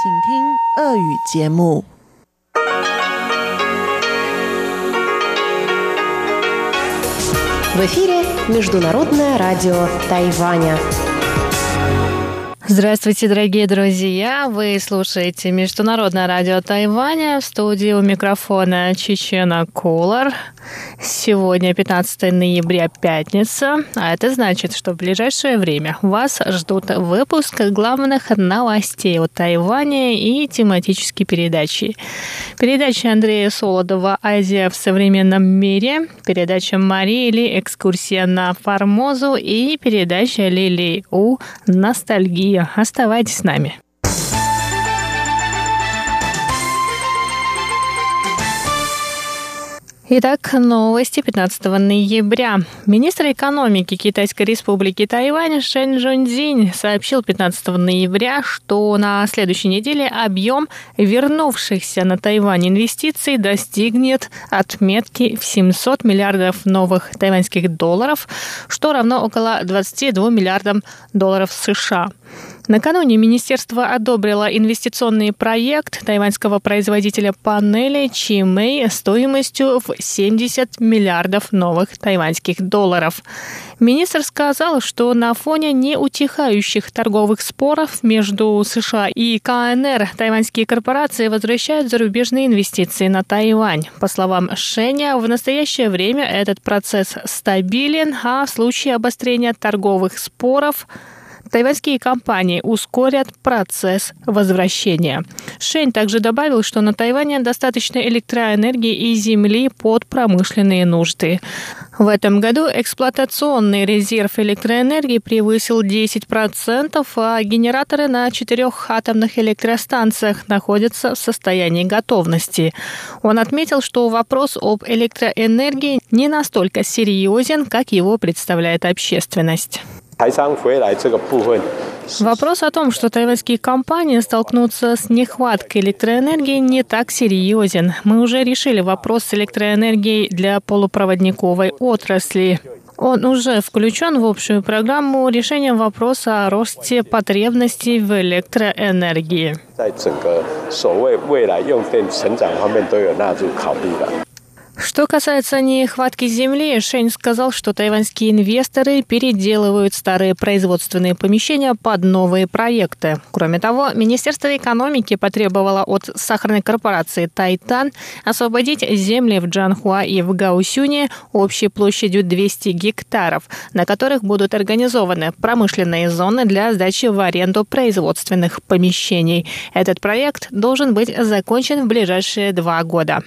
请听俄语节目。 В эфире Международное радио Тайваня. Здравствуйте, дорогие друзья! Вы слушаете Международное радио Тайваня. В студии у микрофона Чечена Кулар. Сегодня 15 ноября, пятница. А это значит, что в ближайшее время вас ждут выпуск главных новостей о Тайване и тематические передачи. Передача Андрея Солодова «Азия в современном мире», передача Марии Ли «Экскурсия на Формозу» и передача Лили У «Ностальгия». Оставайтесь с нами. Итак, новости 15 ноября. Министр экономики Китайской республики Тайвань Шэнь Жуньцзинь сообщил 15 ноября, что на следующей неделе объем вернувшихся на Тайвань инвестиций достигнет отметки в 700 миллиардов новых тайваньских долларов, что равно около 22 миллиардам долларов США. Накануне министерство одобрило инвестиционный проект тайваньского производителя панелей Чимэй стоимостью в 70 миллиардов новых тайваньских долларов. Министр сказал, что на фоне неутихающих торговых споров между США и КНР тайваньские корпорации возвращают зарубежные инвестиции на Тайвань. По словам Шэня, в настоящее время этот процесс стабилен, а в случае обострения торговых споров тайваньские компании ускорят процесс возвращения. Шэнь также добавил, что на Тайване достаточно электроэнергии и земли под промышленные нужды. В этом году эксплуатационный резерв электроэнергии превысил 10%, а генераторы на 4 атомных электростанциях находятся в состоянии готовности. Он отметил, что вопрос об электроэнергии не настолько серьезен, как его представляет общественность. Вопрос о том, что тайваньские компании столкнутся с нехваткой электроэнергии, не так серьезен. Мы уже решили вопрос с электроэнергией для полупроводниковой отрасли. Он уже включен в общую программу решения вопроса о росте потребностей в электроэнергии. Что касается нехватки земли, Шэнь сказал, что тайваньские инвесторы переделывают старые производственные помещения под новые проекты. Кроме того, Министерство экономики потребовало от сахарной корпорации Тайтан освободить земли в Джанхуа и в Гаосюне общей площадью 200 гектаров, на которых будут организованы промышленные зоны для сдачи в аренду производственных помещений. Этот проект должен быть закончен в ближайшие 2 года.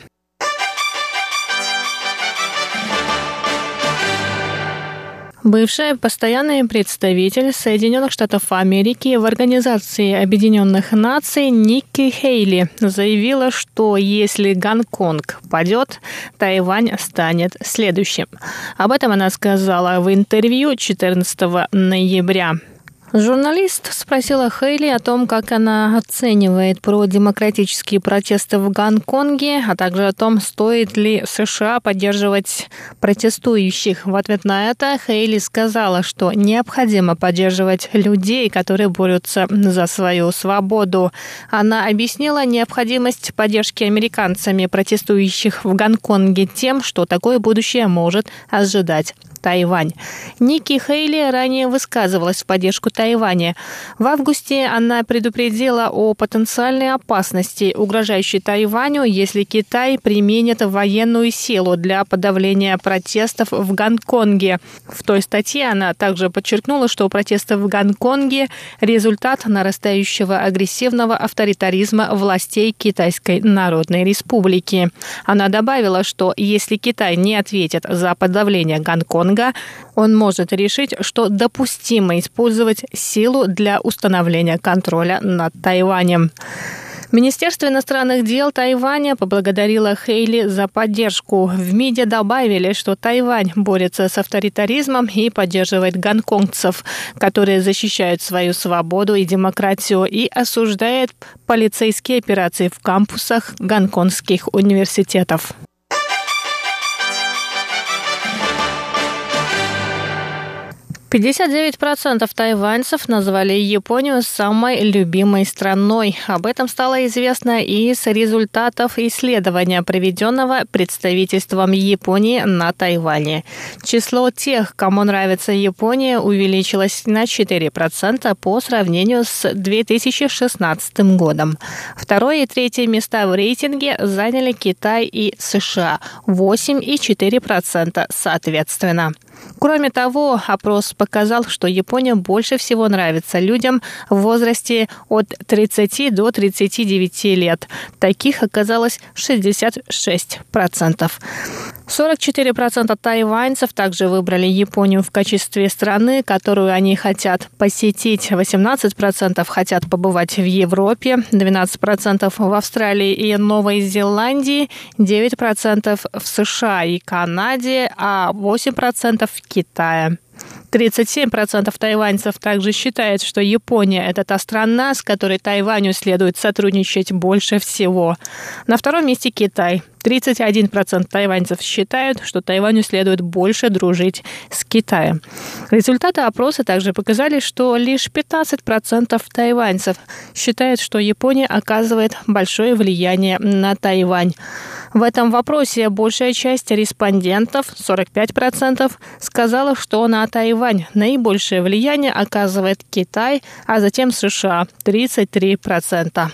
Бывший постоянный представитель Соединенных Штатов Америки в Организации Объединенных Наций Никки Хейли заявила, что если Гонконг падет, Тайвань станет следующим. Об этом она сказала в интервью 14 ноября. Журналист спросила Хейли о том, как она оценивает продемократические протесты в Гонконге, а также о том, стоит ли США поддерживать протестующих. В ответ на это Хейли сказала, что необходимо поддерживать людей, которые борются за свою свободу. Она объяснила необходимость поддержки американцами протестующих в Гонконге тем, что такое будущее может ожидать Тайвань. Никки Хейли ранее высказывалась в поддержку Тайваня. В августе она предупредила о потенциальной опасности, угрожающей Тайваню, если Китай применит военную силу для подавления протестов в Гонконге. В той статье она также подчеркнула, что протесты в Гонконге – результат нарастающего агрессивного авторитаризма властей Китайской Народной Республики. Она добавила, что если Китай не ответит за подавление Гонконга, он может решить, что допустимо использовать силу для установления контроля над Тайванем. Министерство иностранных дел Тайваня поблагодарило Хейли за поддержку. В МИДе добавили, что Тайвань борется с авторитаризмом и поддерживает гонконгцев, которые защищают свою свободу и демократию, и осуждает полицейские операции в кампусах гонконгских университетов. 59% тайваньцев назвали Японию самой любимой страной. Об этом стало известно из результатов исследования, проведенного представительством Японии на Тайване. Число тех, кому нравится Япония, увеличилось на 4% по сравнению с 2016 годом. Второе и третье места в рейтинге заняли Китай и США – 8 и 4% соответственно. Кроме того, опрос показал, что Япония больше всего нравится людям в возрасте от 30 до 39 лет. Таких оказалось 66%. 44% тайваньцев также выбрали Японию в качестве страны, которую они хотят посетить. 18% хотят побывать в Европе, 12% в Австралии и Новой Зеландии, 9% в США и Канаде, а 8% в Китае. 37% тайваньцев также считают, что Япония – это та страна, с которой Тайваню следует сотрудничать больше всего. На втором месте Китай. 31% тайваньцев считают, что Тайваню следует больше дружить с Китаем. Результаты опроса также показали, что лишь 15% тайваньцев считают, что Япония оказывает большое влияние на Тайвань. В этом вопросе большая часть респондентов, 45%, сказала, что на Тайвань наибольшее влияние оказывает Китай, а затем США, 33%.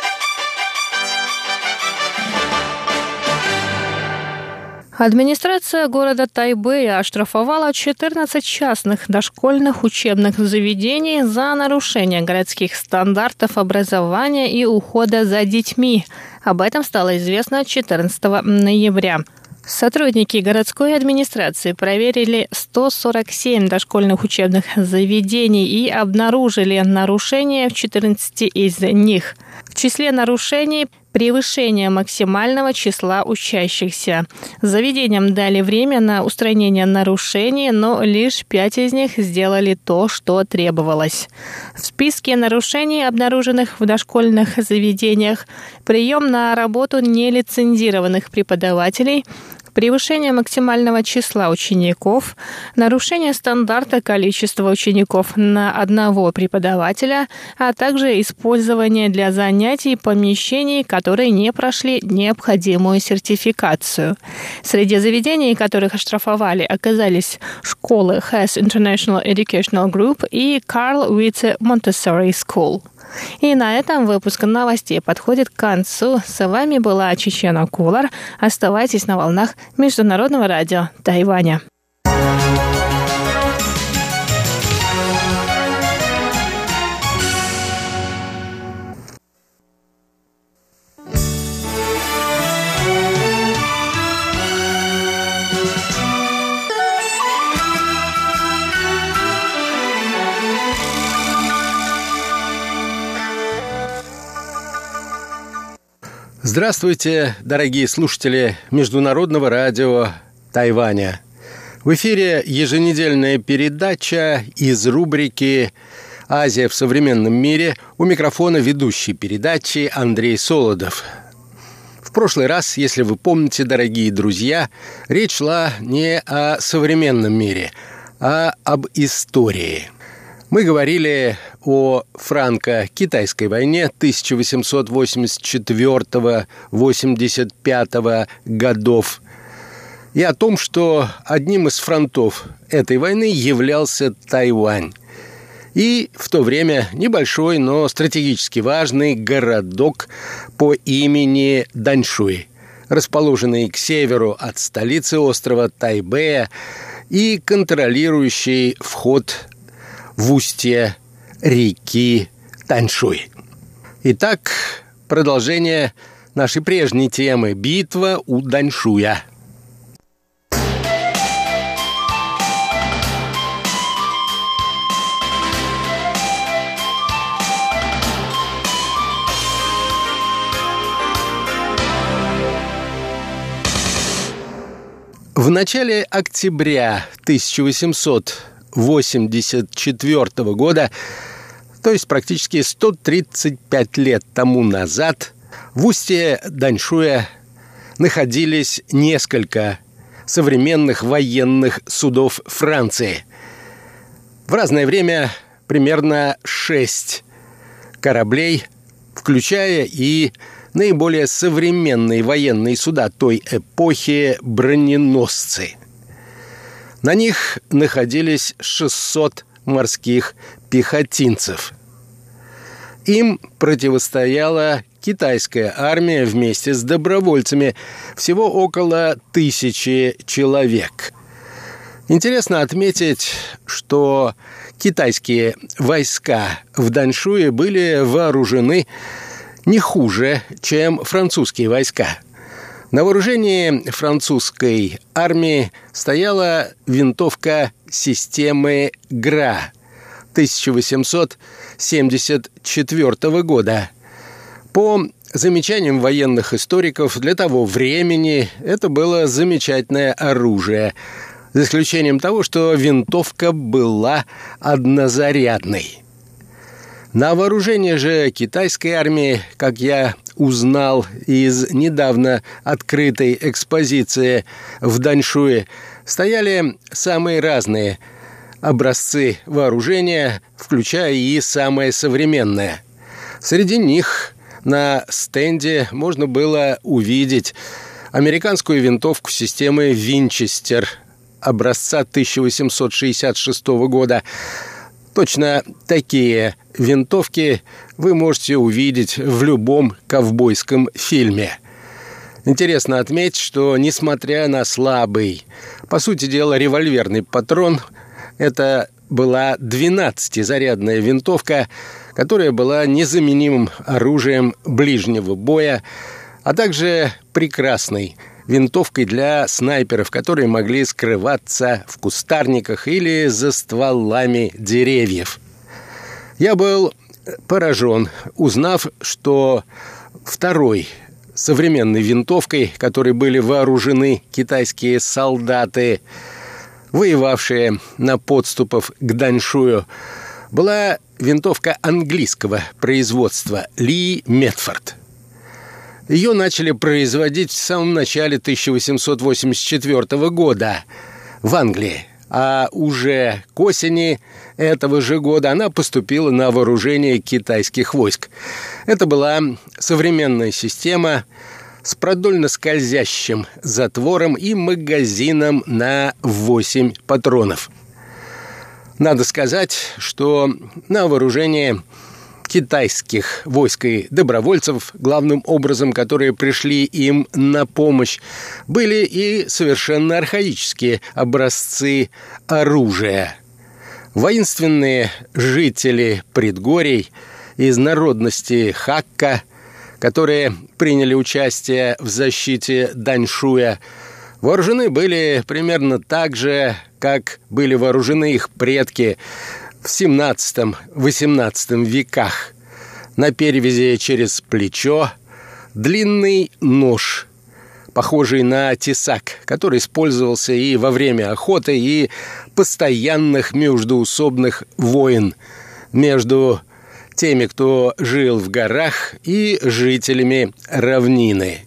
Администрация города Тайбэя оштрафовала 14 частных дошкольных учебных заведений за нарушение городских стандартов образования и ухода за детьми. Об этом стало известно 14 ноября. Сотрудники городской администрации проверили 147 дошкольных учебных заведений и обнаружили нарушения в 14 из них. В числе нарушений превышение максимального числа учащихся. Заведениям дали время на устранение нарушений, но лишь 5 из них сделали то, что требовалось. В списке нарушений, обнаруженных в дошкольных заведениях, прием на работу нелицензированных преподавателей, превышение максимального числа учеников, нарушение стандарта количества учеников на одного преподавателя, а также использование для занятий помещений, которые не прошли необходимую сертификацию. Среди заведений, которых оштрафовали, оказались школы Hess International Educational Group и Carl Witte Montessori School. И на этом выпуск новостей подходит к концу. С вами была Чечена Кулар. Оставайтесь на волнах Международного радио Тайваня. Здравствуйте, дорогие слушатели Международного радио Тайваня. В эфире еженедельная передача из рубрики «Азия в современном мире». У микрофона ведущий передачи Андрей Солодов. В прошлый раз, если вы помните, дорогие друзья, речь шла не о современном мире, а об истории. Мы говорили о франко-китайской войне 1884-85 годов и о том, что одним из фронтов этой войны являлся Тайвань. И в то время небольшой, но стратегически важный городок по имени Даньшуй, расположенный к северу от столицы острова Тайбэя и контролирующий вход в устье реки Таньшуй. Итак, продолжение нашей прежней темы – битва у Даньшуя. В начале октября 1884 года, то есть практически 135 лет тому назад, в устье Даньшуя находились несколько современных военных судов Франции. В разное время примерно 6 кораблей, включая и наиболее современные военные суда той эпохи броненосцы. На них находились 600 морских пехотинцев. Им противостояла китайская армия вместе с добровольцами, всего около 1000 человек. Интересно отметить, что китайские войска в Даньшуе были вооружены не хуже, чем французские войска. На вооружении французской армии стояла винтовка системы ГРА 1874 года. По замечаниям военных историков, для того времени это было замечательное оружие, за исключением того, что винтовка была однозарядной. На вооружение же китайской армии, как я узнал из недавно открытой экспозиции в Даньшуе, стояли самые разные образцы вооружения, включая и самое современное. Среди них на стенде можно было увидеть американскую винтовку системы «Винчестер» образца 1866 года. Точно такие винтовки вы можете увидеть в любом ковбойском фильме. Интересно отметить, что несмотря на слабый, по сути дела, револьверный патрон, это была 12-зарядная винтовка, которая была незаменимым оружием ближнего боя, а также прекрасной винтовкой для снайперов, которые могли скрываться в кустарниках или за стволами деревьев. Я был поражен, узнав, что второй современной винтовкой, которой были вооружены китайские солдаты, воевавшие на подступах к Даньшую, была винтовка английского производства Ли Метфорд. Ее начали производить в самом начале 1884 года в Англии, а уже к осени этого же года она поступила на вооружение китайских войск. Это была современная система с продольно-скользящим затвором и магазином на 8 патронов. Надо сказать, что на вооружение китайских войск и добровольцев, главным образом, которые пришли им на помощь, были и совершенно архаические образцы оружия. Воинственные жители предгорий из народности Хакка, которые приняли участие в защите Даньшуя, вооружены были примерно так же, как были вооружены их предки в XVII-XVIII веках. На перевязи через плечо длинный нож, похожий на тесак, который использовался и во время охоты, и постоянных междоусобных войн между теми, кто жил в горах, и жителями равнины.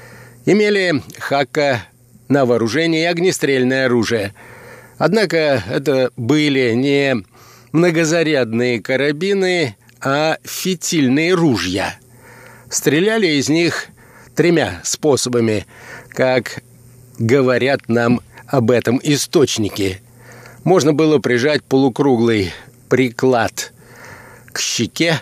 Имели Хакка на вооружении огнестрельное оружие. Однако это были не многозарядные карабины, а фитильные ружья. Стреляли из них 3 способами, как говорят нам об этом источники. Можно было прижать полукруглый приклад к щеке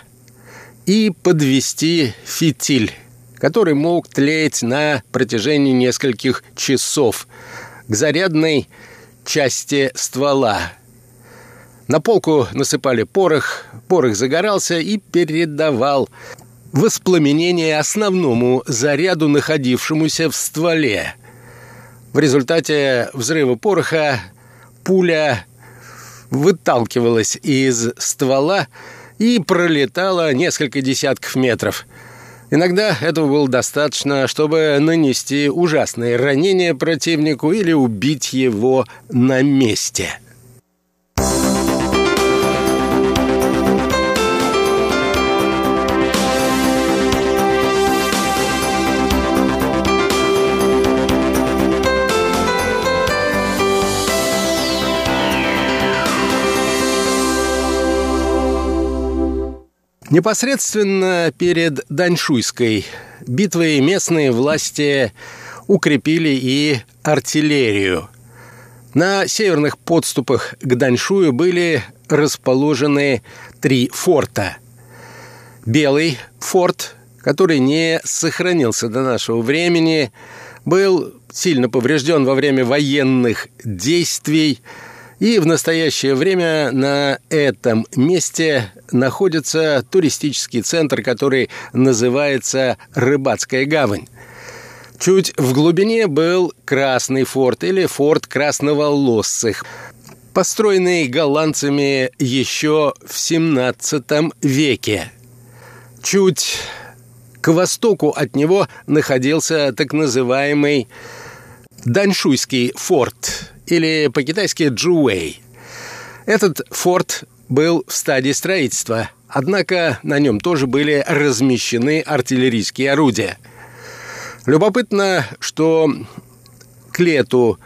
и подвести фитиль, который мог тлеть на протяжении нескольких часов к зарядной части ствола. На полку насыпали порох, порох загорался и передавал воспламенение основному заряду, находившемуся в стволе. В результате взрыва пороха пуля выталкивалась из ствола и пролетала несколько десятков метров. Иногда этого было достаточно, чтобы нанести ужасные ранения противнику или убить его на месте. Непосредственно перед Даньшуйской битвой местные власти укрепили и артиллерию. На северных подступах к Даньшую были расположены 3 форта. Белый форт, который не сохранился до нашего времени, был сильно поврежден во время военных действий, и в настоящее время на этом месте находится туристический центр, который называется Рыбацкая гавань. Чуть в глубине был Красный форт или форт Красноволоссых, построенный голландцами еще в 17 веке. Чуть к востоку от него находился так называемый Даньшуйский форт, или по-китайски Джуэй. Этот форт был в стадии строительства, однако на нем тоже были размещены артиллерийские орудия. Любопытно, что к лету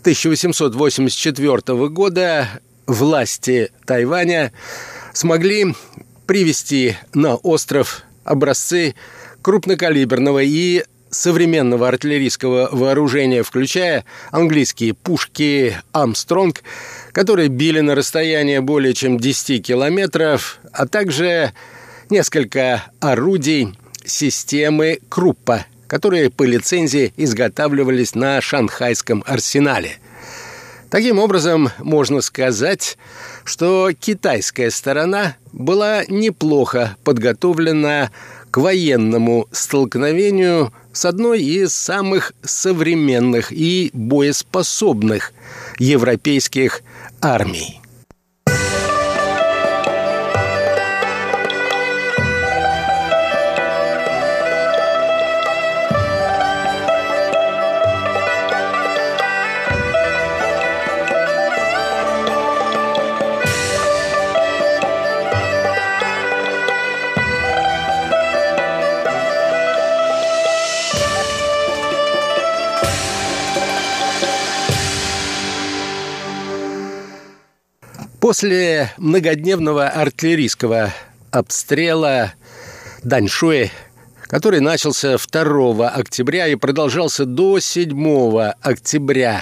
1884 года власти Тайваня смогли привезти на остров образцы крупнокалиберного и современного артиллерийского вооружения, включая английские пушки «Армстронг», которые били на расстояние более чем 10 километров, а также несколько орудий системы Круппа, которые по лицензии изготавливались на шанхайском арсенале. Таким образом, можно сказать, что китайская сторона была неплохо подготовлена к военному столкновению с одной из самых современных и боеспособных европейских армий. После многодневного артиллерийского обстрела Даньшуя, который начался 2 октября и продолжался до 7 октября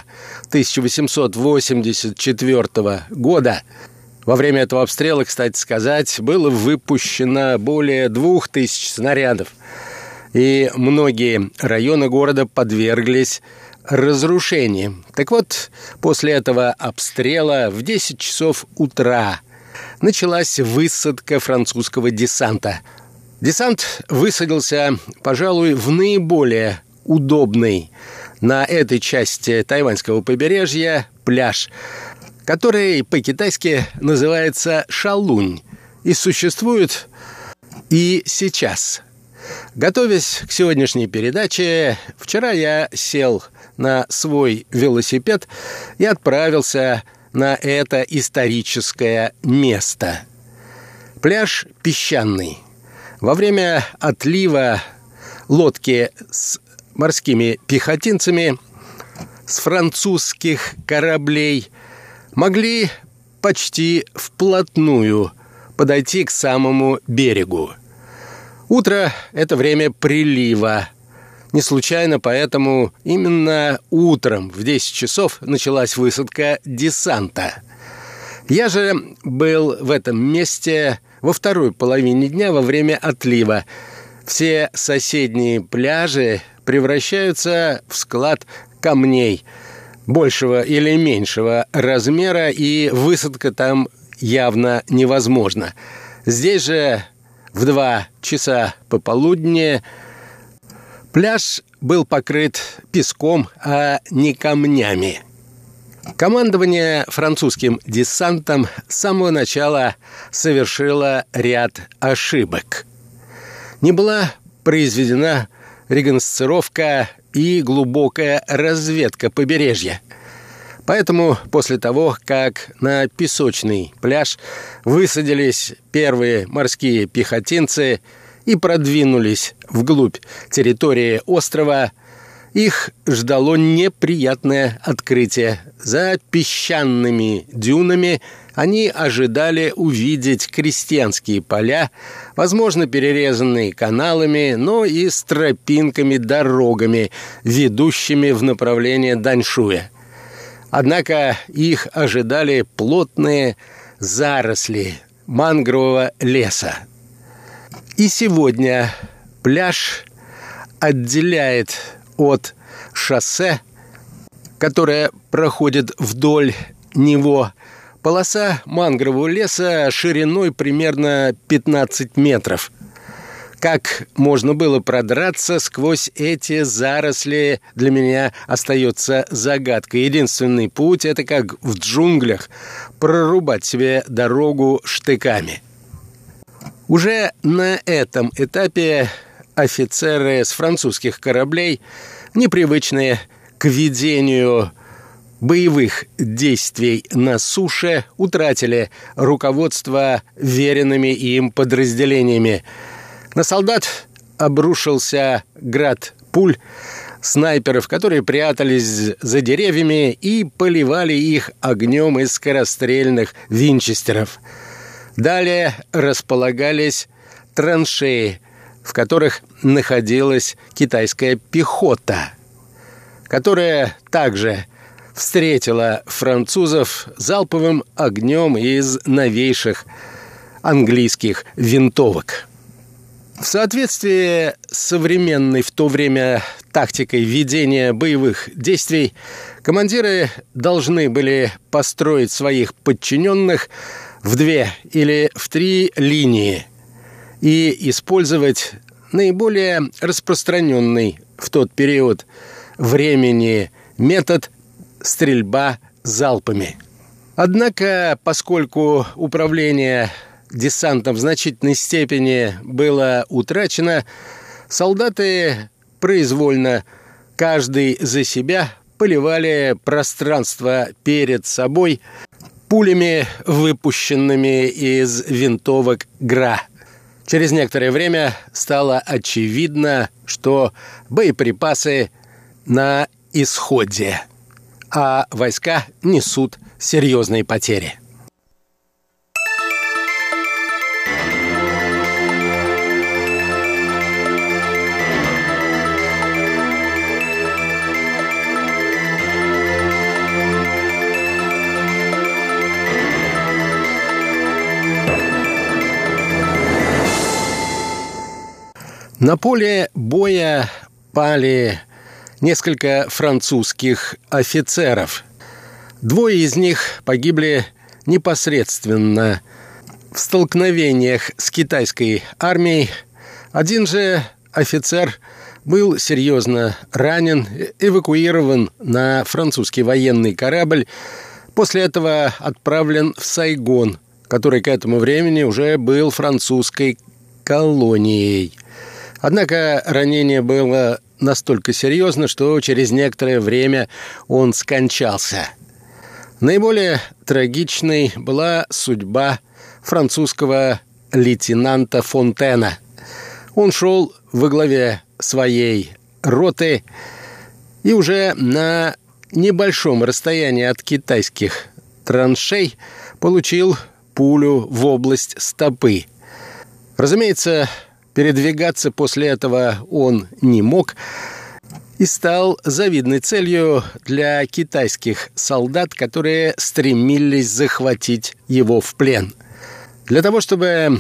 1884 года, во время этого обстрела, кстати сказать, было выпущено более 2000 снарядов, и многие районы города подверглись разрушением. Так вот, после этого обстрела в 10 часов утра началась высадка французского десанта. Десант высадился, пожалуй, в наиболее удобный на этой части тайваньского побережья пляж, который по-китайски называется Шалунь и существует и сейчас. Готовясь к сегодняшней передаче, вчера я сел на свой велосипед и отправился на это историческое место. Пляж песчаный. Во время отлива лодки с морскими пехотинцами с французских кораблей могли почти вплотную подойти к самому берегу. Утро – это время прилива. Не случайно поэтому именно утром в 10 часов началась высадка десанта. Я же был в этом месте во второй половине дня во время отлива. Все соседние пляжи превращаются в склад камней большего или меньшего размера, и высадка там явно невозможна. Здесь же в 2 часа пополудни пляж был покрыт песком, а не камнями. Командование французским десантом с самого начала совершило ряд ошибок. Не была произведена рекогносцировка и глубокая разведка побережья. Поэтому после того, как на песочный пляж высадились первые морские пехотинцы и продвинулись вглубь территории острова, их ждало неприятное открытие. За песчаными дюнами они ожидали увидеть крестьянские поля, возможно, перерезанные каналами, но и с тропинками-дорогами, ведущими в направлении Даньшуя. Однако их ожидали плотные заросли мангрового леса. И сегодня пляж отделяет от шоссе, которое проходит вдоль него, полоса мангрового леса шириной примерно 15 метров. Как можно было продраться сквозь эти заросли, для меня остается загадкой. Единственный путь – это как в джунглях прорубать себе дорогу штыками. Уже на этом этапе офицеры с французских кораблей, непривычные к ведению боевых действий на суше, утратили руководство веренными им подразделениями. На солдат обрушился град пуль снайперов, которые прятались за деревьями и поливали их огнем из скорострельных винчестеров. Далее располагались траншеи, в которых находилась китайская пехота, которая также встретила французов залповым огнем из новейших английских винтовок. В соответствии с современной в то время тактикой ведения боевых действий, командиры должны были построить своих подчиненных в 2 или в 3 линии и использовать наиболее распространенный в тот период времени метод стрельба залпами. Однако, поскольку управление десантом в значительной степени было утрачено, солдаты произвольно, каждый за себя, поливали пространство перед собой пулями, выпущенными из винтовок ГРА. Через некоторое время стало очевидно, что боеприпасы на исходе, а войска несут серьезные потери. На поле боя пали несколько французских офицеров. 2 из них погибли непосредственно в столкновениях с китайской армией. 1 же офицер был серьезно ранен, эвакуирован на французский военный корабль, после этого отправлен в Сайгон, который к этому времени уже был французской колонией. Однако ранение было настолько серьезно, что через некоторое время он скончался. Наиболее трагичной была судьба французского лейтенанта Фонтена. Он шел во главе своей роты и уже на небольшом расстоянии от китайских траншей получил пулю в область стопы. Разумеется, передвигаться после этого он не мог и стал завидной целью для китайских солдат, которые стремились захватить его в плен. Для того, чтобы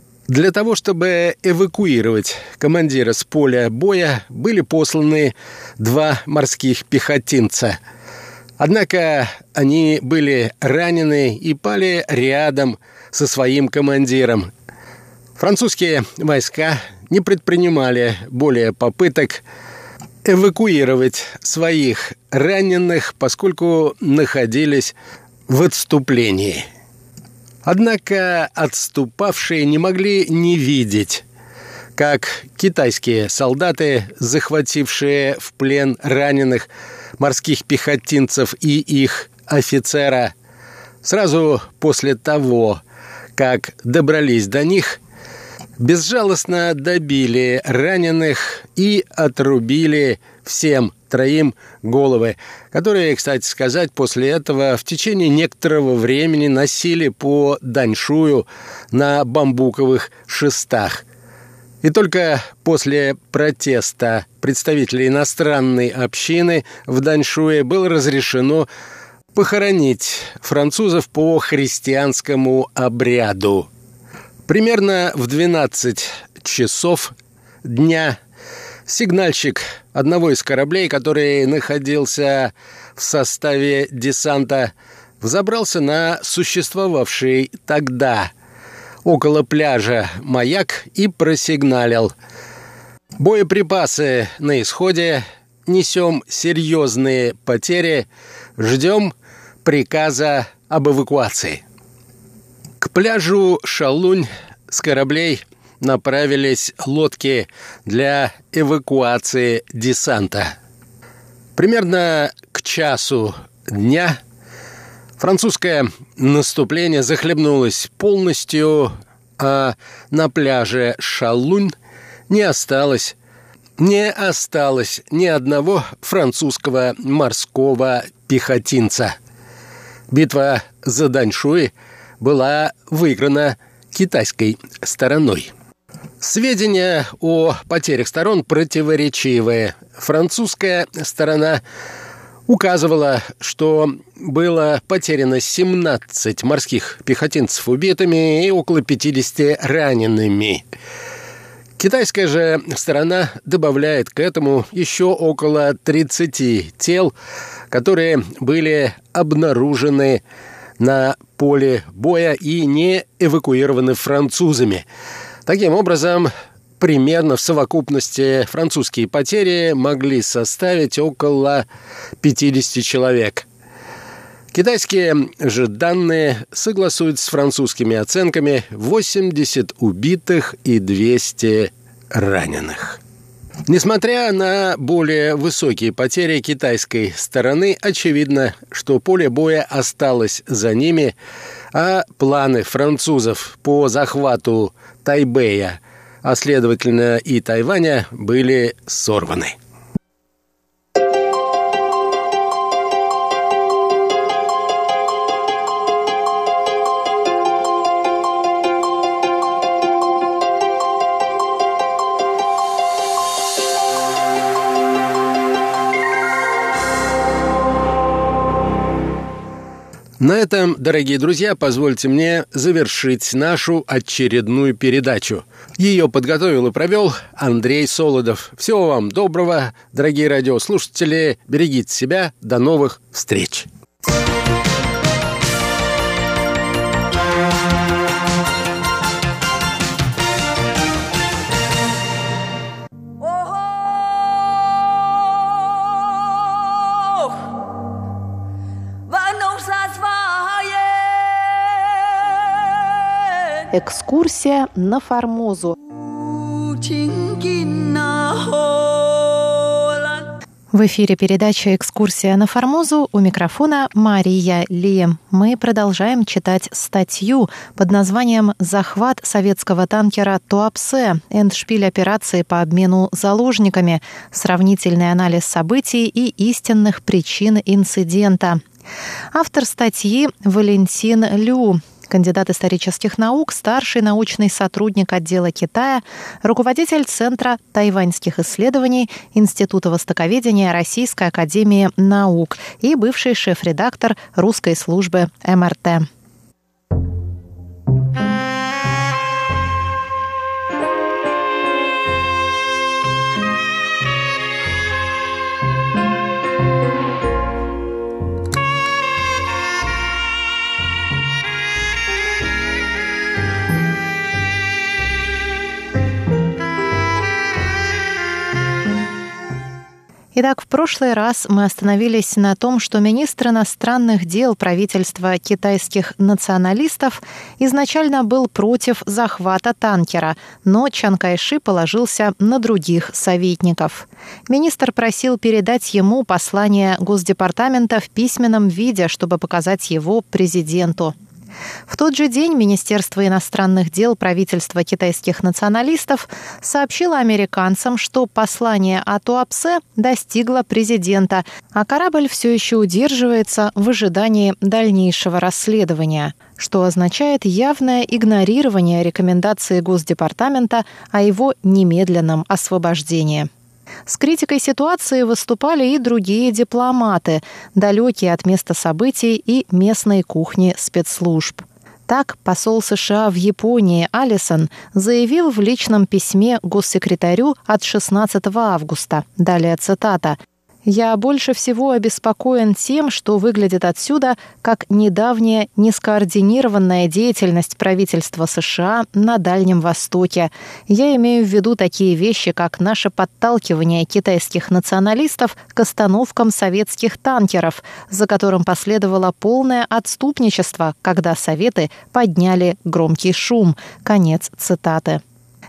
эвакуировать командира с поля боя, были посланы 2 морских пехотинца. Однако они были ранены и пали рядом со своим командиром. Французские войска не предпринимали более попыток эвакуировать своих раненых, поскольку находились в отступлении. Однако отступавшие не могли не видеть, как китайские солдаты, захватившие в плен раненых морских пехотинцев и их офицера, сразу после того, как добрались до них, безжалостно добили раненых и отрубили всем троим головы, которые, кстати сказать, после этого в течение некоторого времени носили по Даньшую на бамбуковых шестах. И только после протеста представителей иностранной общины в Даньшуе было разрешено похоронить французов по христианскому обряду. Примерно в 12 часов дня сигнальщик одного из кораблей, который находился в составе десанта, взобрался на существовавший тогда около пляжа маяк и просигналил: «Боеприпасы на исходе, несем серьезные потери, ждем приказа об эвакуации». К пляжу Шалунь с кораблей направились лодки для эвакуации десанта. Примерно к часу дня французское наступление захлебнулось полностью, а на пляже Шалунь не осталось ни одного французского морского пехотинца. Битва за Даньшуй была выиграна китайской стороной. Сведения о потерях сторон противоречивые. Французская сторона указывала, что было потеряно 17 морских пехотинцев убитыми и около 50 ранеными. Китайская же сторона добавляет к этому еще около 30 тел, которые были обнаружены на поле боя и не эвакуированы французами. Таким образом, примерно в совокупности французские потери могли составить около 50 человек. Китайские же данные согласуются с французскими оценками: 80 убитых и 200 раненых. Несмотря на более высокие потери китайской стороны, очевидно, что поле боя осталось за ними, а планы французов по захвату Тайбэя, а следовательно и Тайваня, были сорваны. На этом, дорогие друзья, позвольте мне завершить нашу очередную передачу. Ее подготовил и провел Андрей Солодов. Всего вам доброго, дорогие радиослушатели. Берегите себя. До новых встреч. Экскурсия на Формозу. В эфире передача «Экскурсия на Формозу», у микрофона Мария Ли. Мы продолжаем читать статью под названием «Захват советского танкера Туапсе. Эндшпиль операции по обмену заложниками. Сравнительный анализ событий и истинных причин инцидента». Автор статьи Валентин Лю, кандидат исторических наук, старший научный сотрудник отдела Китая, руководитель Центра тайваньских исследований Института востоковедения Российской академии наук и бывший шеф-редактор русской службы МРТ. Итак, в прошлый раз мы остановились на том, что министр иностранных дел правительства китайских националистов изначально был против захвата танкера, но Чан Кайши положился на других советников. Министр просил передать ему послание Госдепартамента в письменном виде, чтобы показать его президенту. В тот же день Министерство иностранных дел правительства китайских националистов сообщило американцам, что послание о Туапсе достигло президента, а корабль все еще удерживается в ожидании дальнейшего расследования, что означает явное игнорирование рекомендаций Госдепартамента о его немедленном освобождении. С критикой ситуации выступали и другие дипломаты, далекие от места событий и местной кухни спецслужб. Так, посол США в Японии Алисон заявил в личном письме госсекретарю от 16 августа, далее цитата: «Я больше всего обеспокоен тем, что выглядит отсюда как недавняя нескоординированная деятельность правительства США на Дальнем Востоке. Я имею в виду такие вещи, как наше подталкивание китайских националистов к остановкам советских танкеров, за которым последовало полное отступничество, когда Советы подняли громкий шум». Конец цитаты.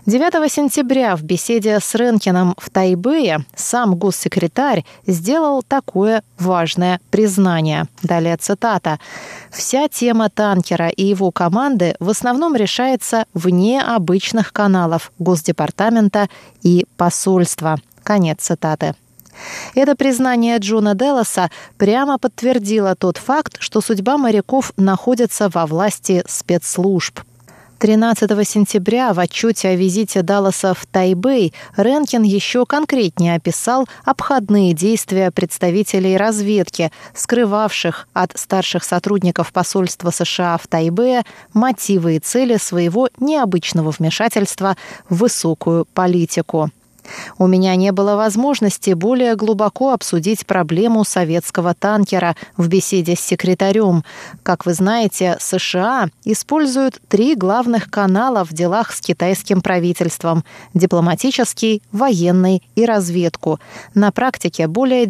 9 сентября в беседе с Ренкином в Тайбэе сам госсекретарь сделал такое важное признание. Далее цитата: «Вся тема танкера и его команды в основном решается вне обычных каналов Госдепартамента и посольства». Конец цитаты. Это признание Джона Делоса прямо подтвердило тот факт, что судьба моряков находится во власти спецслужб. 13 сентября в отчете о визите Далласа в Тайбэй Ренкин еще конкретнее описал обходные действия представителей разведки, скрывавших от старших сотрудников посольства США в Тайбэе мотивы и цели своего необычного вмешательства в высокую политику. «У меня не было возможности более глубоко обсудить проблему советского танкера в беседе с секретарем. Как вы знаете, США используют 3 главных канала в делах с китайским правительством – дипломатический, военный и разведку. На практике более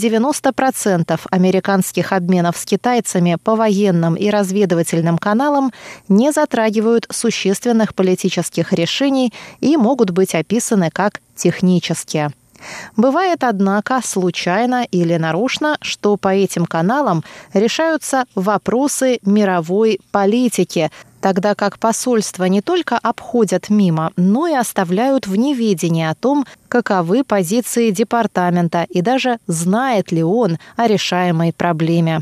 90% американских обменов с китайцами по военным и разведывательным каналам не затрагивают существенных политических решений и могут быть описаны как технически. Бывает, однако, случайно или нарочно, что по этим каналам решаются вопросы мировой политики, тогда как посольства не только обходят мимо, но и оставляют в неведении о том, каковы позиции департамента и даже знает ли он о решаемой проблеме.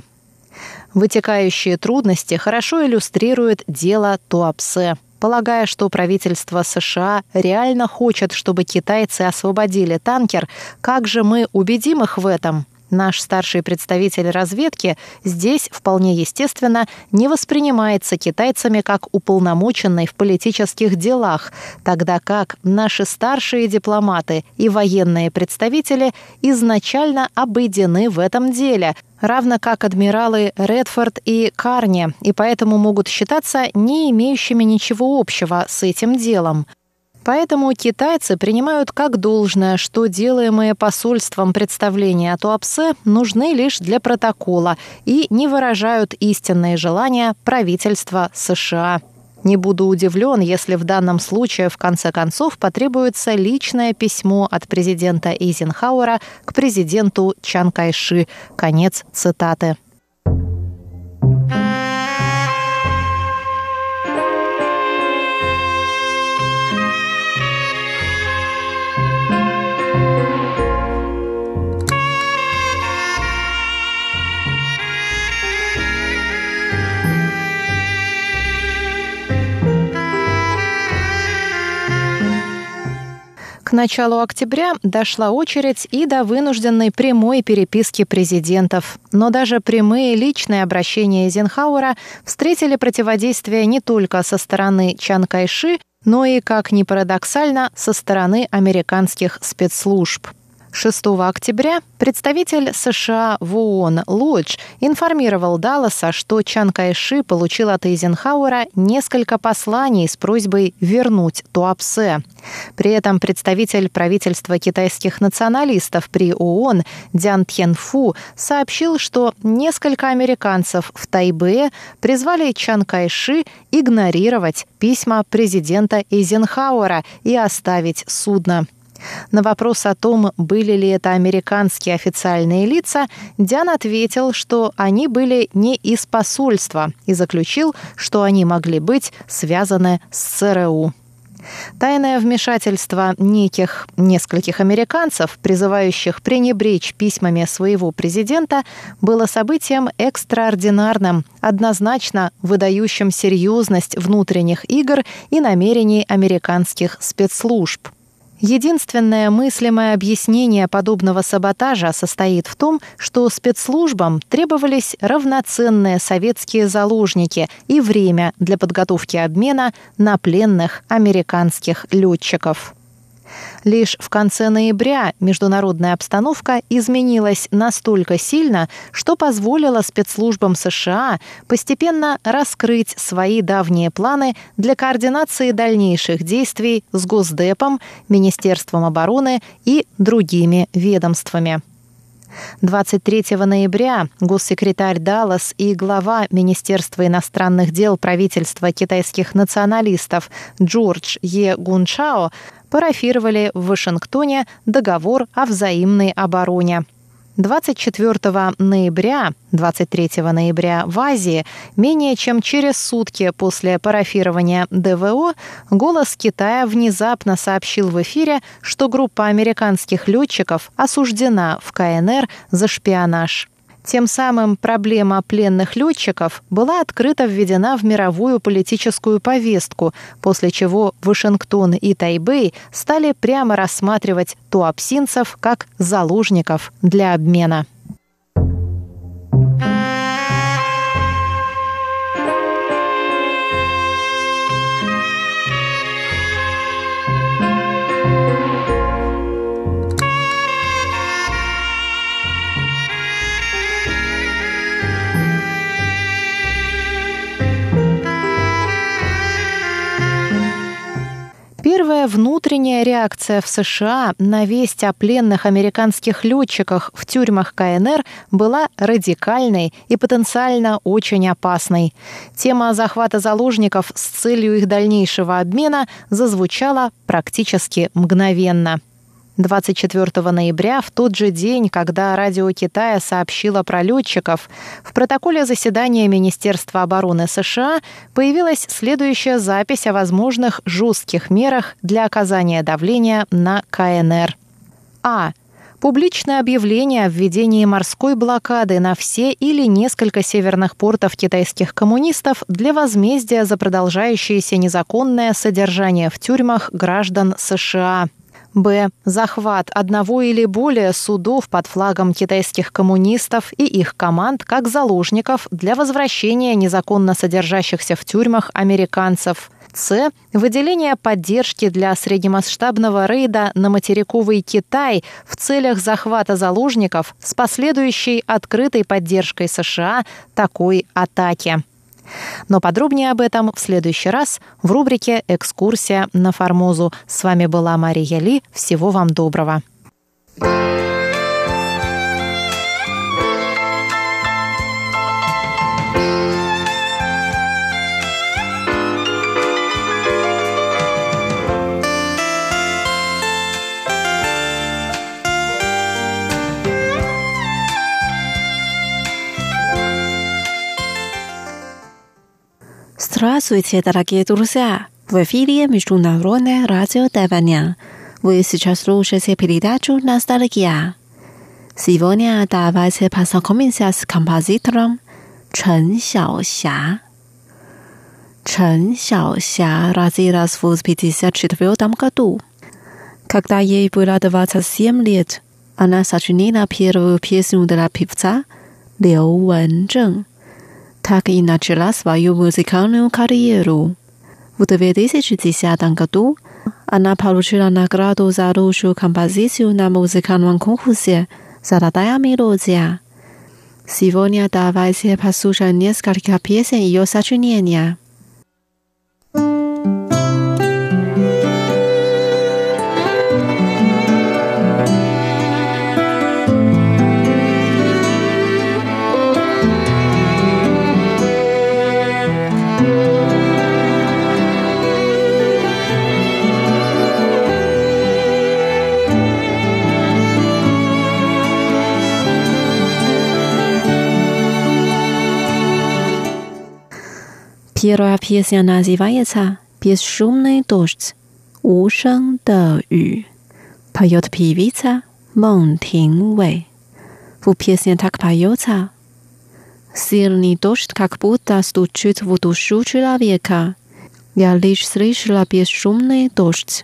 Вытекающие трудности хорошо иллюстрирует дело Туапсе. Полагая, что правительство США реально хочет, чтобы китайцы освободили танкер, как же мы убедим их в этом? Наш старший представитель разведки здесь, вполне естественно, не воспринимается китайцами как уполномоченный в политических делах, тогда как наши старшие дипломаты и военные представители изначально обойдены в этом деле, равно как адмиралы Редфорд и Карни, и поэтому могут считаться не имеющими ничего общего с этим делом. Поэтому китайцы принимают как должное, что делаемые посольством представления о Туапсе нужны лишь для протокола и не выражают истинные желания правительства США. Не буду удивлен, если в данном случае в конце концов потребуется личное письмо от президента Эйзенхауэра к президенту Чан Кайши. Конец цитаты. К началу октября дошла очередь и до вынужденной прямой переписки президентов. Но даже прямые личные обращения Эйзенхауэра встретили противодействие не только со стороны Чан Кайши, но и, как ни парадоксально, со стороны американских спецслужб. 6 октября представитель США в ООН Лодж информировал Далласа, что Чан Кайши получил от Эйзенхауэра несколько посланий с просьбой вернуть Туапсе. При этом представитель правительства китайских националистов при ООН Дзян Тьенфу сообщил, что несколько американцев в Тайбэе призвали Чан Кайши игнорировать письма президента Эйзенхауэра и оставить судно. На вопрос о том, были ли это американские официальные лица, Дян ответил, что они были не из посольства, и заключил, что они могли быть связаны с ЦРУ. Тайное вмешательство нескольких американцев, призывающих пренебречь письмами своего президента, было событием экстраординарным, однозначно выдающим серьезность внутренних игр и намерений американских спецслужб. Единственное мыслимое объяснение подобного саботажа состоит в том, что спецслужбам требовались равноценные советские заложники и время для подготовки обмена на пленных американских летчиков. Лишь в конце ноября международная обстановка изменилась настолько сильно, что позволило спецслужбам США постепенно раскрыть свои давние планы для координации дальнейших действий с Госдепом, Министерством обороны и другими ведомствами. 23 ноября госсекретарь Даллас и глава Министерства иностранных дел правительства китайских националистов Джордж Е. Гунчао парафировали в Вашингтоне договор о взаимной обороне. 24 ноября, 23 ноября в Азии, менее чем через сутки после парафирования ДВО, «Голос Китая» внезапно сообщил в эфире, что группа американских летчиков осуждена в КНР за шпионаж. Тем самым проблема пленных летчиков была открыто введена в мировую политическую повестку, после чего Вашингтон и Тайбэй стали прямо рассматривать туапсинцев как заложников для обмена. Первая внутренняя реакция в США на весть о пленных американских летчиках в тюрьмах КНР была радикальной и потенциально очень опасной. Тема захвата заложников с целью их дальнейшего обмена зазвучала практически мгновенно. 24 ноября, в тот же день, когда радио Китая сообщило про летчиков, в протоколе заседания Министерства обороны США появилась следующая запись о возможных жестких мерах для оказания давления на КНР. Публичное объявление о введении морской блокады на все или несколько северных портов китайских коммунистов для возмездия за продолжающееся незаконное содержание в тюрьмах граждан США. Захват одного или более судов под флагом китайских коммунистов и их команд как заложников для возвращения незаконно содержащихся в тюрьмах американцев. Выделение поддержки для среднемасштабного рейда на материковый Китай в целях захвата заложников с последующей открытой поддержкой США такой атаки. Но подробнее об этом в следующий раз в рубрике «Экскурсия на Формозу». С вами была Мария Ли. Всего вам доброго. Здравствуйте, дорогие друзья! В эфире Международное радио Тайваня. Вы сейчас слушаете передачу «Ностальгия». Сегодня давайте познакомимся с композитором Чен Xiaoxia. Чен Xiaoxia родилась в 1954 году. Когда ей было 27 лет, она сочинила первую песню для певца Liu Wenzheng. Так и начала свою музыкальную карьеру. В 2010 году она получила награду за лучшую композицию на музыкальном конкурсе «Золотая мелодия». Сегодня давайте послушаем несколько песен ее сочинения. Первая песня называется «Бесшумный дождь», «无声的雨», поет певица Мэн Тин Вэй. В песне так поется: «Сильный дождь как будто стучит в душу человека. Я лишь слышала бесшумный дождь».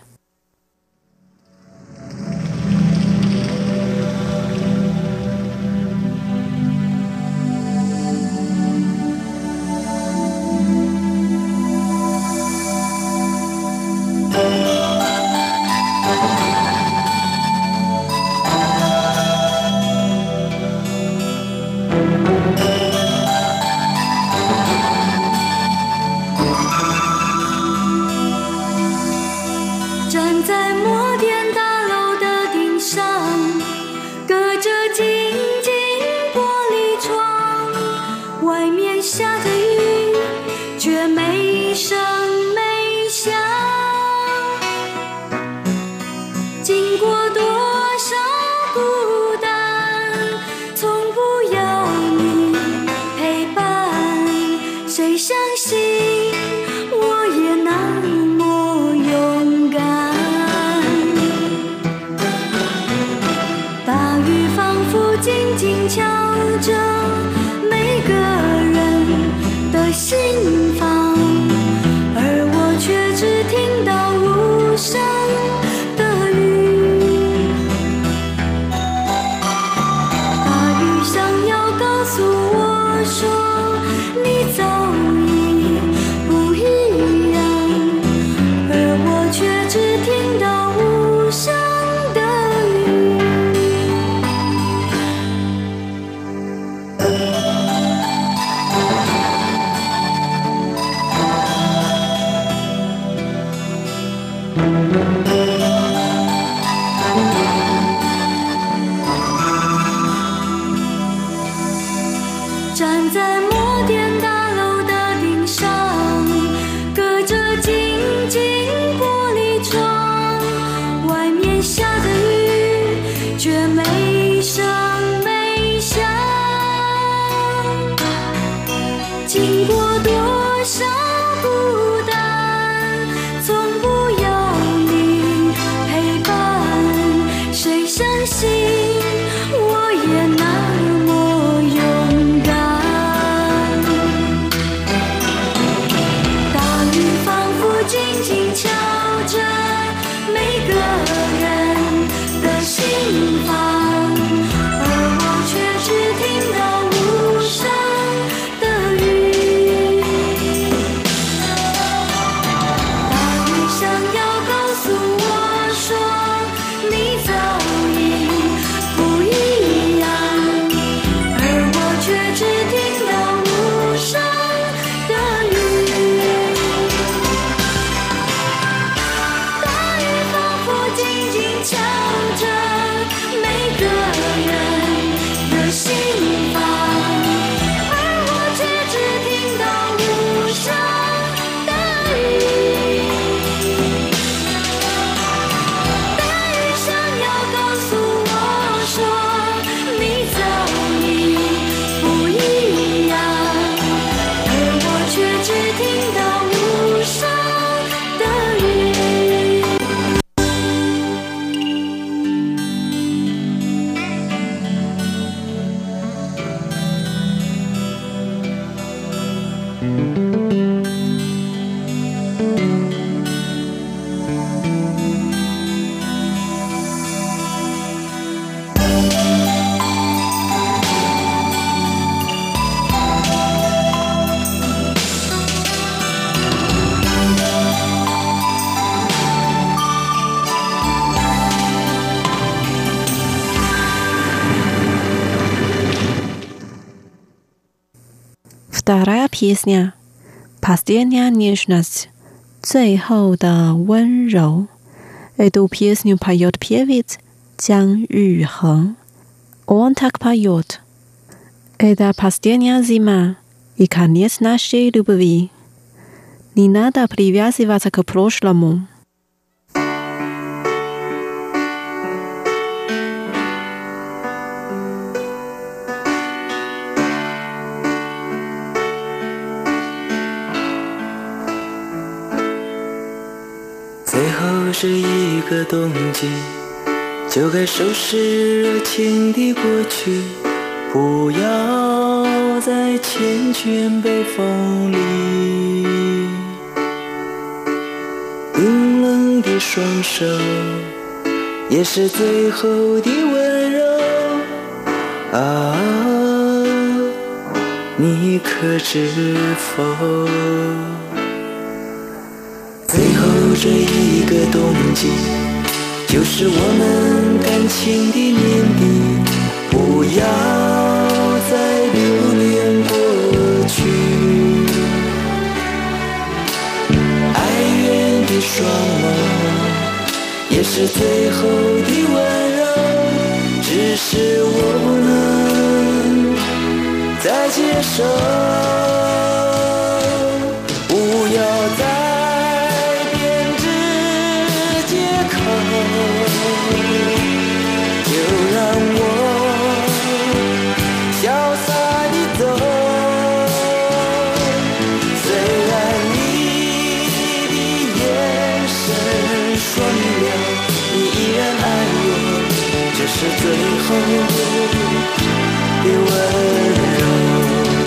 站在摩天大楼的顶上，隔着晶晶玻璃窗，外面下着雨，却没声没响。经过多少孤单，从不要你陪伴，谁相信我也那么勇敢。大雨仿佛静静敲着每个人的心房，而我却只听到无声的雨。大雨想要告诉我说，你早已不一样，而我却只听到无声的雨。站在摩天大楼的顶上，隔着晶晶玻璃窗，外面下着雨，却没声没响。经过多少孤单，从不要你陪伴，谁相信我也那么勇敢。大雨仿佛静静敲着每个人的心房，而我却只听到无声的雨。大雨想要告诉我说，你早已不一样，而我却只听到无声的雨。大雨仿佛静静敲着每个人的心房，而我却只听到无声的雨。大雨想要告诉我说，你早已不一样，而我却只听到无声的雨。 Вторая песня «Последняя нежность», 最后的温柔. Эту песню поет певец Цзян Юйхeng. Он так поет: «Это последняя зима и конец нашей любви. Не надо привязываться к прошлому». 这一个冬季，就该收拾热情的过去，不要再缱绻北风里。冰冷的双手，也是最后的温柔啊，你可知否？最后这一个冬季，就是我们感情的年底，不要再留恋过去。哀怨的双眸，也是最后的温柔，只是我不能再接受。不要再就让我潇洒地走，虽然你的眼神说明了你依然爱我，这是最后的温柔。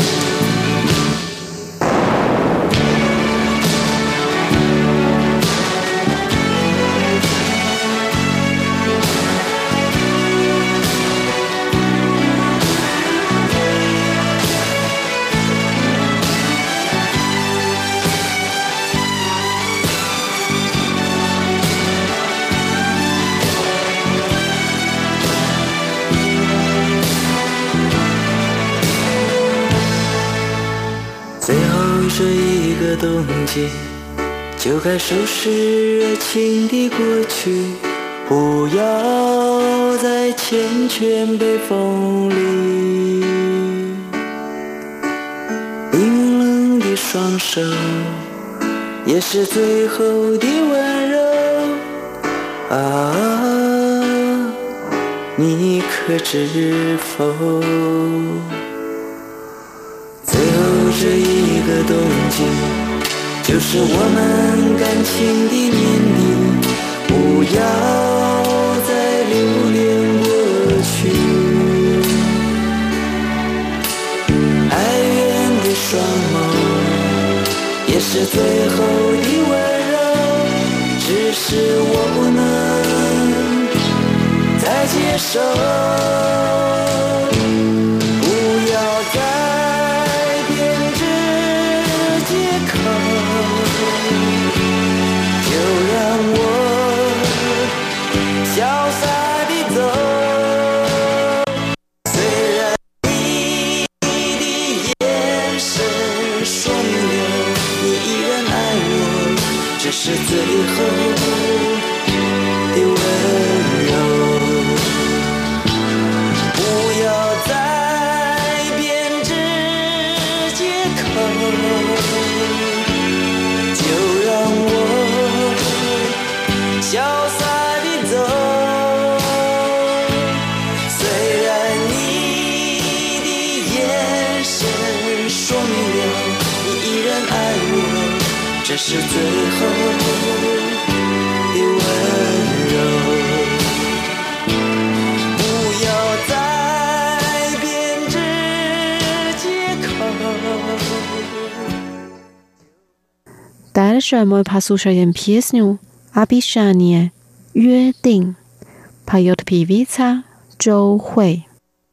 最后这一个冬季，就该收拾热情的过去，不要再缱绻北风里。冰冷的双手，也是最后的温柔啊，你可知否？最后这一个冬季，就是我们感情的年底，不要再留恋过去。哀怨的双眸，也是最后的温柔，只是我不能再接受。不要再就让我潇洒地走，虽然你的眼神说明了你依然爱我，这是最后的温柔。不要再编织借口，就让我潇洒地走，虽然你的眼神说明了你依然爱我，这是最后的温柔。不要再编织借口。 Дальше мы послушаем песню «Обещание» «约定», поет певица Зhou Hui。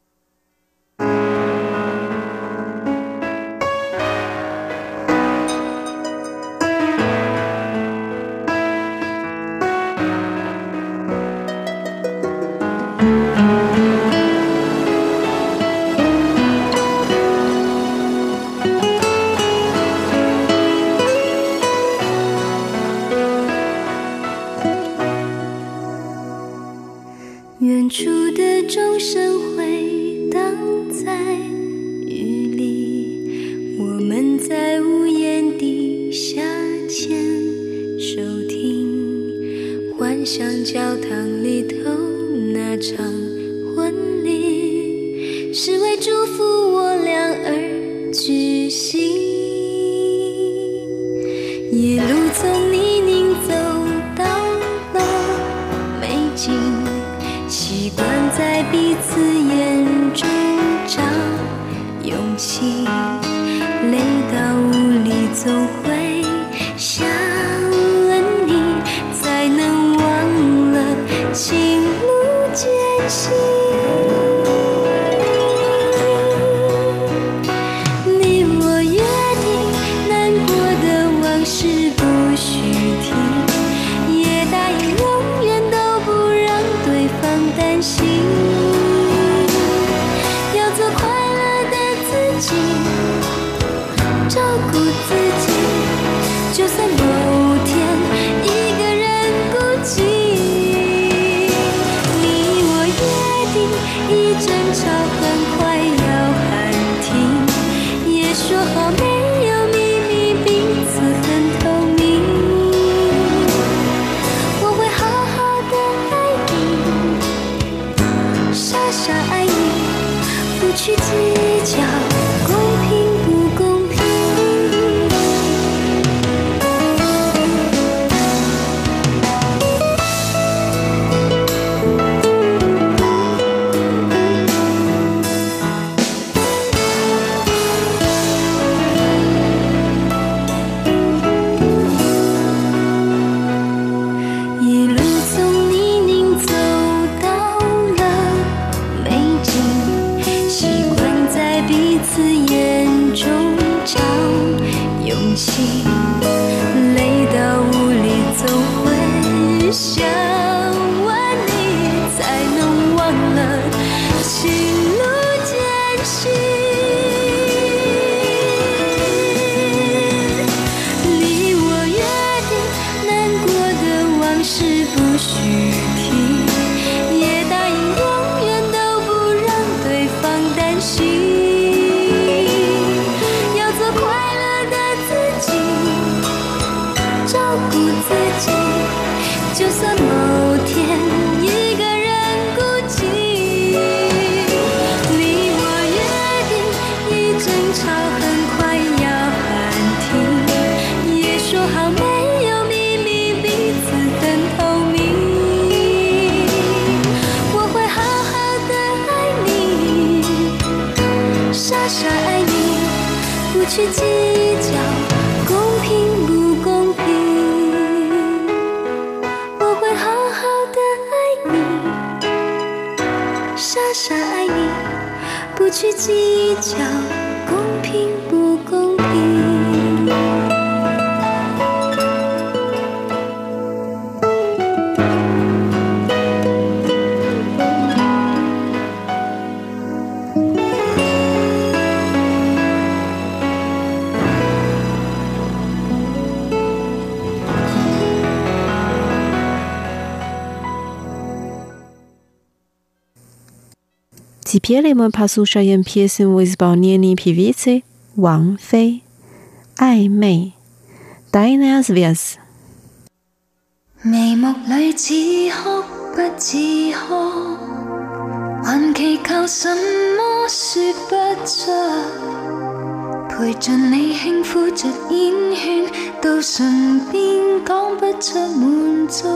远处的钟声回荡在雨里，我们在屋檐底下牵手听，幻想教堂里头那场婚礼是为祝福我俩而举行。夜路从泥泞走到惯在彼此眼中找勇气，累到无力总会想了你，才能忘了情路艰辛。你我约定，难过的往事不许提，也答应永远都不让对方担心，要做快乐的自己，照顾自己，就算某天一个人孤寂。你我约定，一争吵很快要喊停，也说好没有秘密，彼此很透明。我会好好的爱你，傻傻爱你，不去计较公平不公平。一路从泥泞走到了美景，习惯在彼此眼中找勇气，累到无力总会想问你，才能忘了情路艰辛。离我约定，难过的往事不许提，也答应永远都不让对方担心，要做快乐的自己，照顾自己，就算某天一个人孤寂。离我约定，一争吵很快要喊停，也说好没有秘密，彼此很透明。我会好好的爱你，傻傻爱你，不去计较公平不公平。我会好好的爱你，傻傻爱你，不去计较公平不公平。 Теперь мы послушаем песню в исполнении певицы Ван Фэй «暧昧» Тайная связь。 眉目里似哭不似哭，還祈求什麼說不出，陪着你輕撫着煙圈，到唇邊講不出滿足。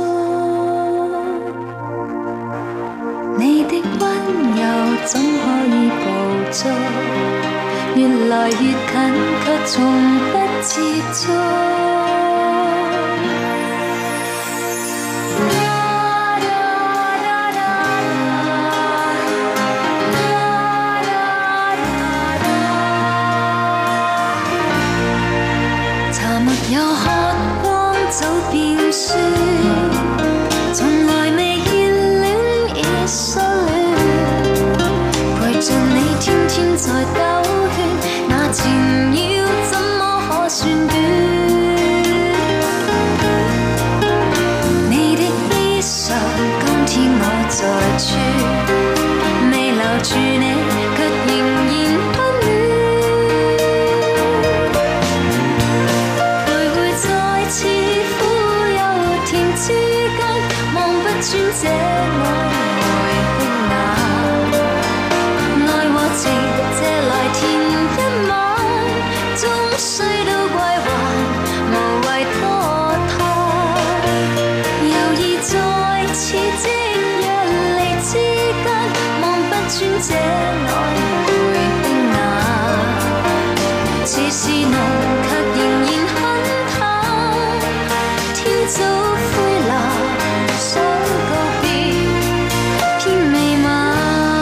你的溫柔怎可以捕捉？越來越近，卻從不接觸。茶沒有喝光，酒變酸，從來未熱戀已失戀，陪着你天天在兜圈，那纏繞怎麼可算短？你的衣裳今天我在穿，未留住你，卻仍然溫暖。穿這曖昧的眼，愛和情借來填一晚，終須都歸還，無謂拖沓。猶豫再次即若離之間。 這曖昧的眼，似是濃卻仍然很淡，天早灰藍，想告別偏未晚。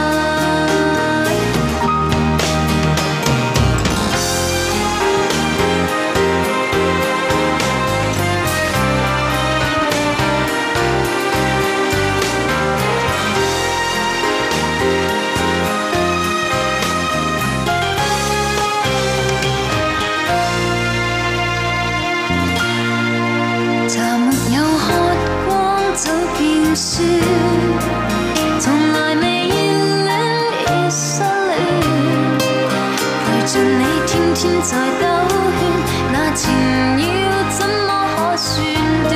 從來未熱戀亦失戀，陪着你天天在兜圈，那情要怎麼可算短？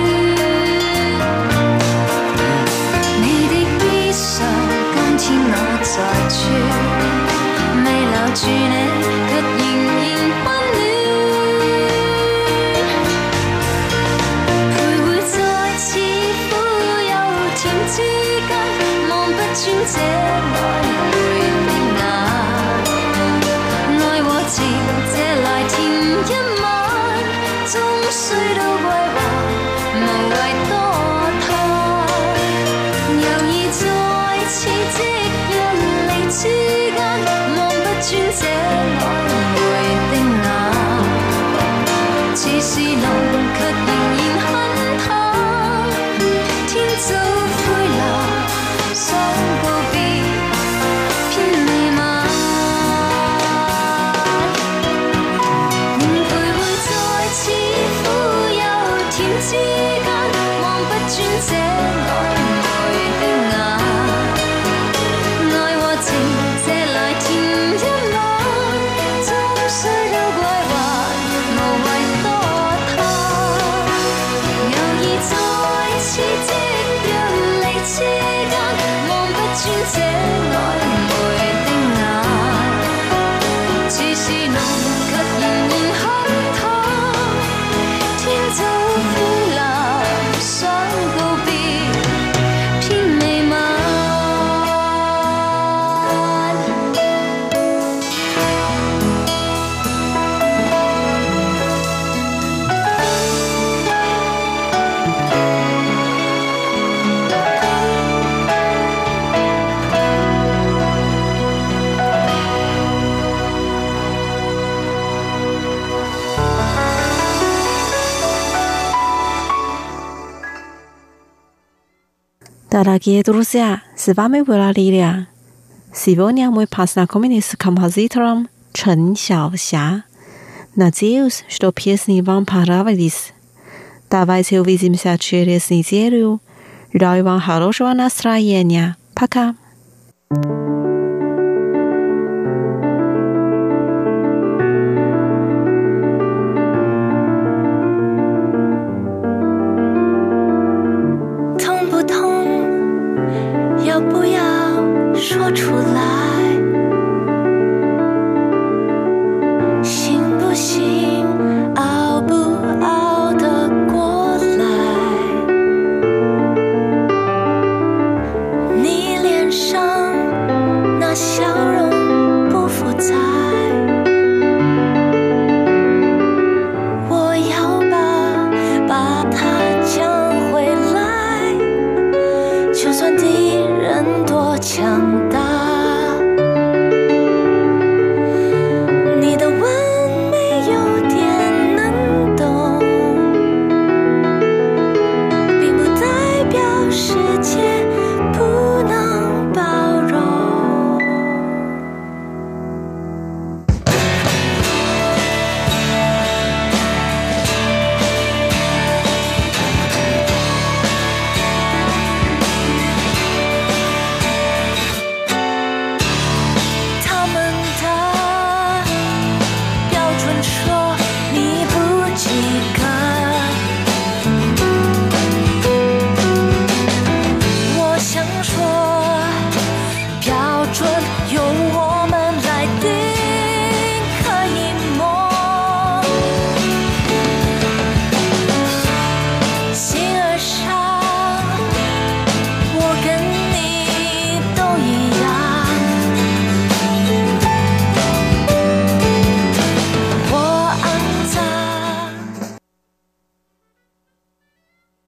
你的衣裳今天我在穿，未留住你卻仍然溫暖。之間望不穿這曖昧的眼，愛和情借來甜一晚，終須都歸還，無謂多嘆。猶豫再次即一離之間，望不穿這曖昧的眼，似是濃卻仍然很淡，天早想告別偏未晚，徘徊在似苦又甜之間，望不穿這曖昧的眼，愛和情借來甜一晚，終須都歸還，無謂多嘆。猶豫再次即若離之間，穿這曖昧的眼，似是濃卻仍然很淡，天早灰藍，想告別偏未晚。 Дорогие друзья, с вами была Лилия. Сегодня мы познакомились с композитором Чен Xiaoxia. Надеюсь, что песни вам понравились. Давайте увидимся через неделю. Желаю вам хорошего настроения. Пока.强大。